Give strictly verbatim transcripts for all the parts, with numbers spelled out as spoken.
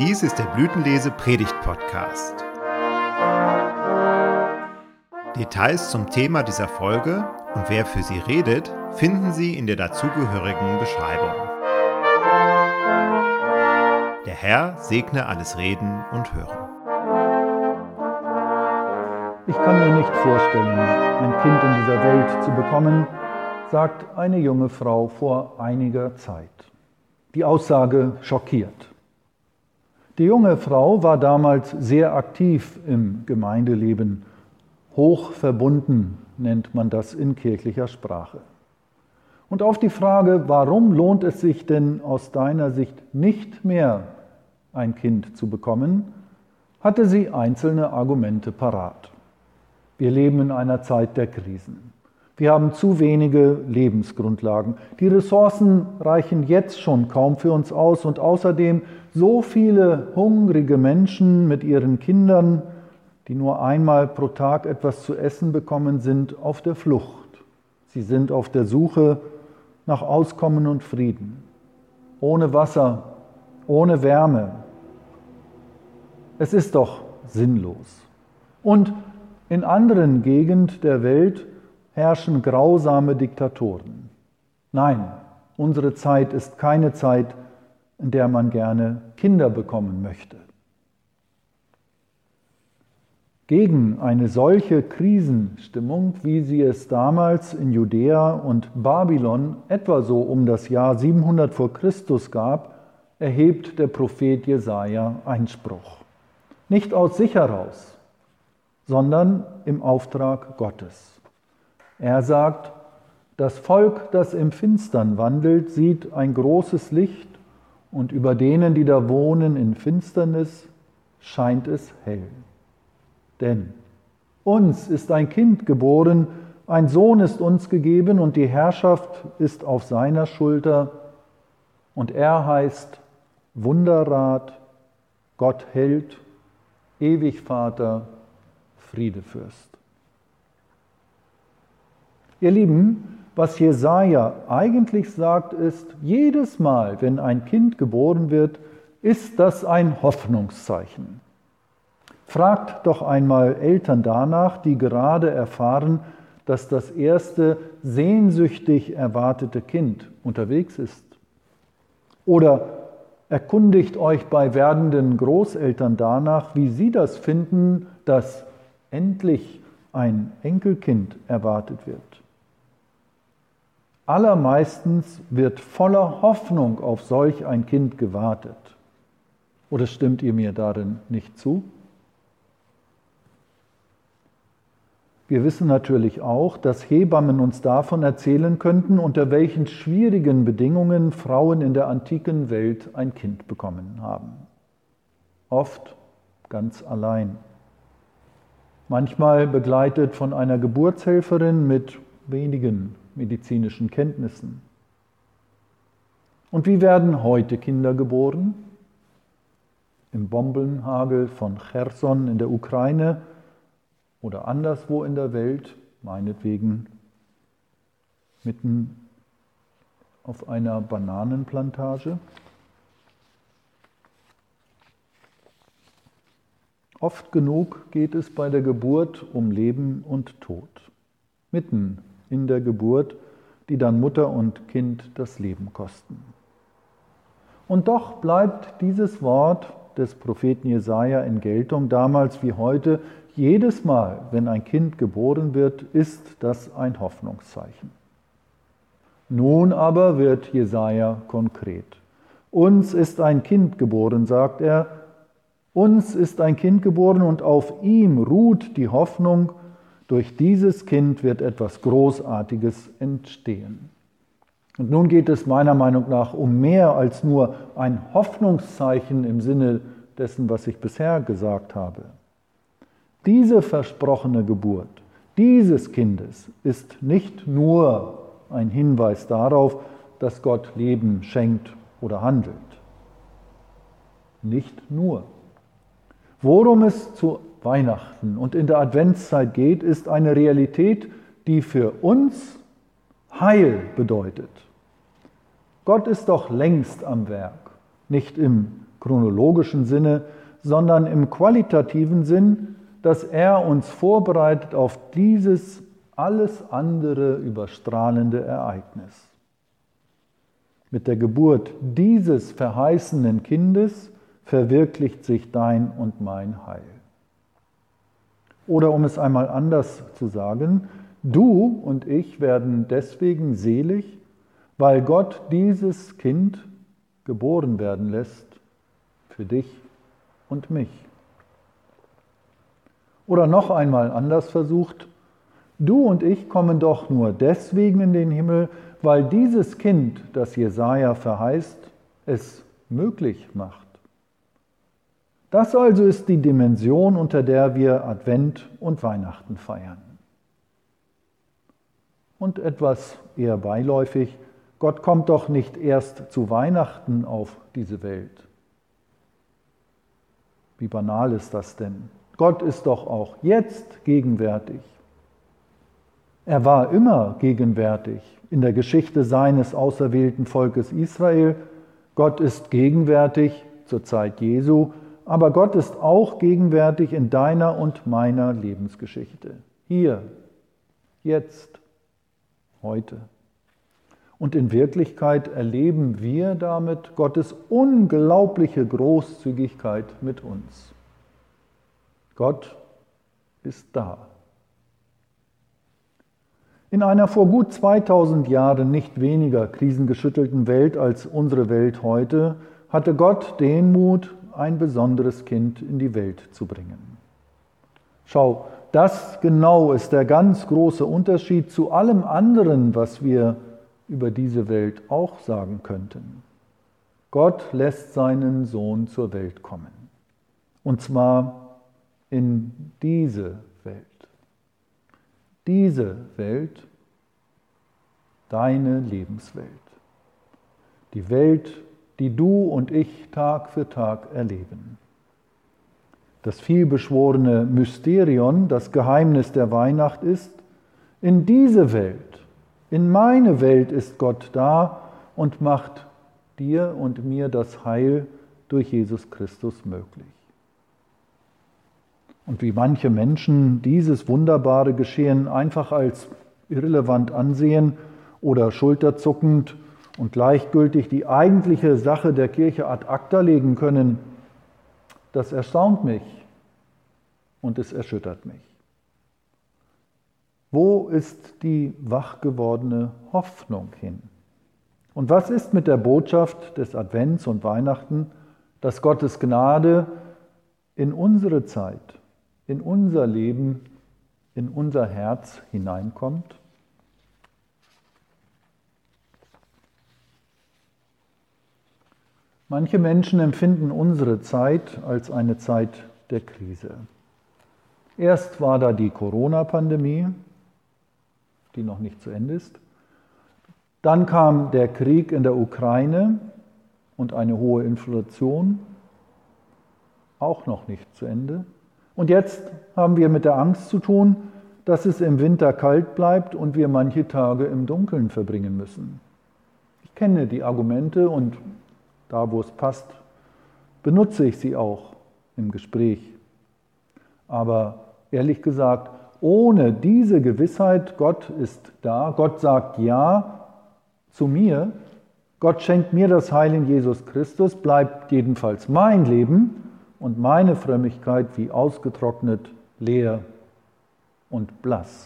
Dies ist der Blütenlese-Predigt-Podcast. Details zum Thema dieser Folge und wer für sie redet, finden Sie in der dazugehörigen Beschreibung. Der Herr segne alles Reden und Hören. Ich kann mir nicht vorstellen, ein Kind in dieser Welt zu bekommen, sagt eine junge Frau vor einiger Zeit. Die Aussage schockiert. Die junge Frau war damals sehr aktiv im Gemeindeleben. Hoch verbunden nennt man das in kirchlicher Sprache. Und auf die Frage, warum lohnt es sich denn aus deiner Sicht nicht mehr, ein Kind zu bekommen, hatte sie einzelne Argumente parat. Wir leben in einer Zeit der Krisen. Wir haben zu wenige Lebensgrundlagen. Die Ressourcen reichen jetzt schon kaum für uns aus und außerdem so viele hungrige Menschen mit ihren Kindern, die nur einmal pro Tag etwas zu essen bekommen, sind auf der Flucht. Sie sind auf der Suche nach Auskommen und Frieden. Ohne Wasser, ohne Wärme. Es ist doch sinnlos. Und in anderen Gegenden der Welt herrschen grausame Diktatoren. Nein, unsere Zeit ist keine Zeit, in der man gerne Kinder bekommen möchte. Gegen eine solche Krisenstimmung, wie sie es damals in Judäa und Babylon etwa so um das Jahr siebenhundert vor Christus gab, erhebt der Prophet Jesaja Einspruch. Nicht aus sich heraus, sondern im Auftrag Gottes. Er sagt, das Volk, das im Finstern wandelt, sieht ein großes Licht und über denen, die da wohnen in Finsternis, scheint es hell. Denn uns ist ein Kind geboren, ein Sohn ist uns gegeben und die Herrschaft ist auf seiner Schulter und er heißt Wunderrat, Gott Held, Ewigvater, Friedefürst. Ihr Lieben, was Jesaja eigentlich sagt, ist, jedes Mal, wenn ein Kind geboren wird, ist das ein Hoffnungszeichen. Fragt doch einmal Eltern danach, die gerade erfahren, dass das erste sehnsüchtig erwartete Kind unterwegs ist. Oder erkundigt euch bei werdenden Großeltern danach, wie sie das finden, dass endlich ein Enkelkind erwartet wird. Allermeistens wird voller Hoffnung auf solch ein Kind gewartet. Oder stimmt ihr mir darin nicht zu? Wir wissen natürlich auch, dass Hebammen uns davon erzählen könnten, unter welchen schwierigen Bedingungen Frauen in der antiken Welt ein Kind bekommen haben. Oft ganz allein. Manchmal begleitet von einer Geburtshelferin mit wenigen medizinischen Kenntnissen. Und wie werden heute Kinder geboren? Im Bombenhagel von Cherson in der Ukraine oder anderswo in der Welt, meinetwegen mitten auf einer Bananenplantage. Oft genug geht es bei der Geburt um Leben und Tod. Mitten in der Geburt, die dann Mutter und Kind das Leben kosten. Und doch bleibt dieses Wort des Propheten Jesaja in Geltung, damals wie heute. Jedes Mal, wenn ein Kind geboren wird, ist das ein Hoffnungszeichen. Nun aber wird Jesaja konkret. Uns ist ein Kind geboren, sagt er. Uns ist ein Kind geboren und auf ihm ruht die Hoffnung. Durch dieses Kind wird etwas Großartiges entstehen. Und nun geht es meiner Meinung nach um mehr als nur ein Hoffnungszeichen im Sinne dessen, was ich bisher gesagt habe. Diese versprochene Geburt dieses Kindes ist nicht nur ein Hinweis darauf, dass Gott Leben schenkt oder handelt. Nicht nur. Worum es zu Weihnachten und in der Adventszeit geht, ist eine Realität, die für uns Heil bedeutet. Gott ist doch längst am Werk, nicht im chronologischen Sinne, sondern im qualitativen Sinn, dass er uns vorbereitet auf dieses alles andere überstrahlende Ereignis. Mit der Geburt dieses verheißenen Kindes verwirklicht sich dein und mein Heil. Oder um es einmal anders zu sagen, du und ich werden deswegen selig, weil Gott dieses Kind geboren werden lässt für dich und mich. Oder noch einmal anders versucht, du und ich kommen doch nur deswegen in den Himmel, weil dieses Kind, das Jesaja verheißt, es möglich macht. Das also ist die Dimension, unter der wir Advent und Weihnachten feiern. Und etwas eher beiläufig, Gott kommt doch nicht erst zu Weihnachten auf diese Welt. Wie banal ist das denn? Gott ist doch auch jetzt gegenwärtig. Er war immer gegenwärtig in der Geschichte seines auserwählten Volkes Israel. Gott ist gegenwärtig zur Zeit Jesu, aber Gott ist auch gegenwärtig in deiner und meiner Lebensgeschichte. Hier, jetzt, heute. Und in Wirklichkeit erleben wir damit Gottes unglaubliche Großzügigkeit mit uns. Gott ist da. In einer vor gut zweitausend Jahren nicht weniger krisengeschüttelten Welt als unsere Welt heute, hatte Gott den Mut, ein besonderes Kind in die Welt zu bringen. Schau, das genau ist der ganz große Unterschied zu allem anderen, was wir über diese Welt auch sagen könnten. Gott lässt seinen Sohn zur Welt kommen. Und zwar in diese Welt. Diese Welt, deine Lebenswelt. Die Welt, die du und ich Tag für Tag erleben. Das vielbeschworene Mysterion, das Geheimnis der Weihnacht ist, in diese Welt, in meine Welt ist Gott da und macht dir und mir das Heil durch Jesus Christus möglich. Und wie manche Menschen dieses wunderbare Geschehen einfach als irrelevant ansehen oder schulterzuckend und gleichgültig die eigentliche Sache der Kirche ad acta legen können, das erstaunt mich und es erschüttert mich. Wo ist die wach gewordene Hoffnung hin? Und was ist mit der Botschaft des Advents und Weihnachten, dass Gottes Gnade in unsere Zeit, in unser Leben, in unser Herz hineinkommt? Manche Menschen empfinden unsere Zeit als eine Zeit der Krise. Erst war da die Corona-Pandemie, die noch nicht zu Ende ist. Dann kam der Krieg in der Ukraine und eine hohe Inflation, auch noch nicht zu Ende. Und jetzt haben wir mit der Angst zu tun, dass es im Winter kalt bleibt und wir manche Tage im Dunkeln verbringen müssen. Ich kenne die Argumente und da, wo es passt, benutze ich sie auch im Gespräch. Aber ehrlich gesagt, ohne diese Gewissheit, Gott ist da, Gott sagt Ja zu mir, Gott schenkt mir das Heil in Jesus Christus, bleibt jedenfalls mein Leben und meine Frömmigkeit wie ausgetrocknet, leer und blass.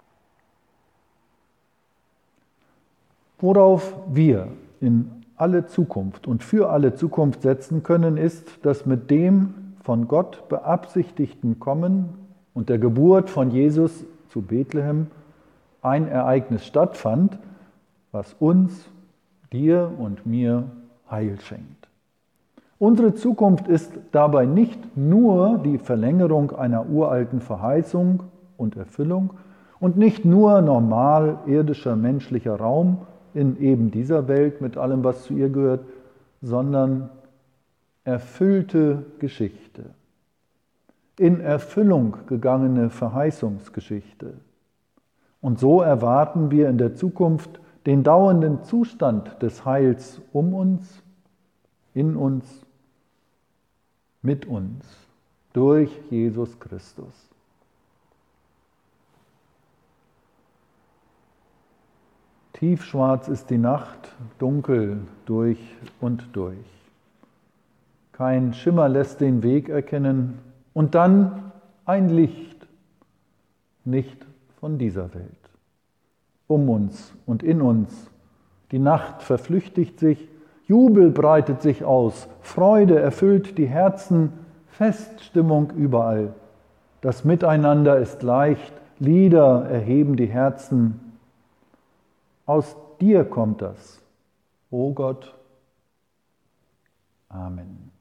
Worauf wir in alle Zukunft und für alle Zukunft setzen können, ist, dass mit dem von Gott beabsichtigten Kommen und der Geburt von Jesus zu Bethlehem ein Ereignis stattfand, was uns, dir und mir Heil schenkt. Unsere Zukunft ist dabei nicht nur die Verlängerung einer uralten Verheißung und Erfüllung und nicht nur normal irdischer menschlicher Raum in eben dieser Welt mit allem, was zu ihr gehört, sondern erfüllte Geschichte, in Erfüllung gegangene Verheißungsgeschichte. Und so erwarten wir in der Zukunft den dauernden Zustand des Heils um uns, in uns mit uns durch Jesus Christus. Tiefschwarz ist die Nacht, dunkel durch und durch. Kein Schimmer lässt den Weg erkennen und dann ein Licht, nicht von dieser Welt. Um uns und in uns, die Nacht verflüchtigt sich, Jubel breitet sich aus, Freude erfüllt die Herzen, Feststimmung überall. Das Miteinander ist leicht, Lieder erheben die Herzen. Aus dir kommt das, o Gott. Amen.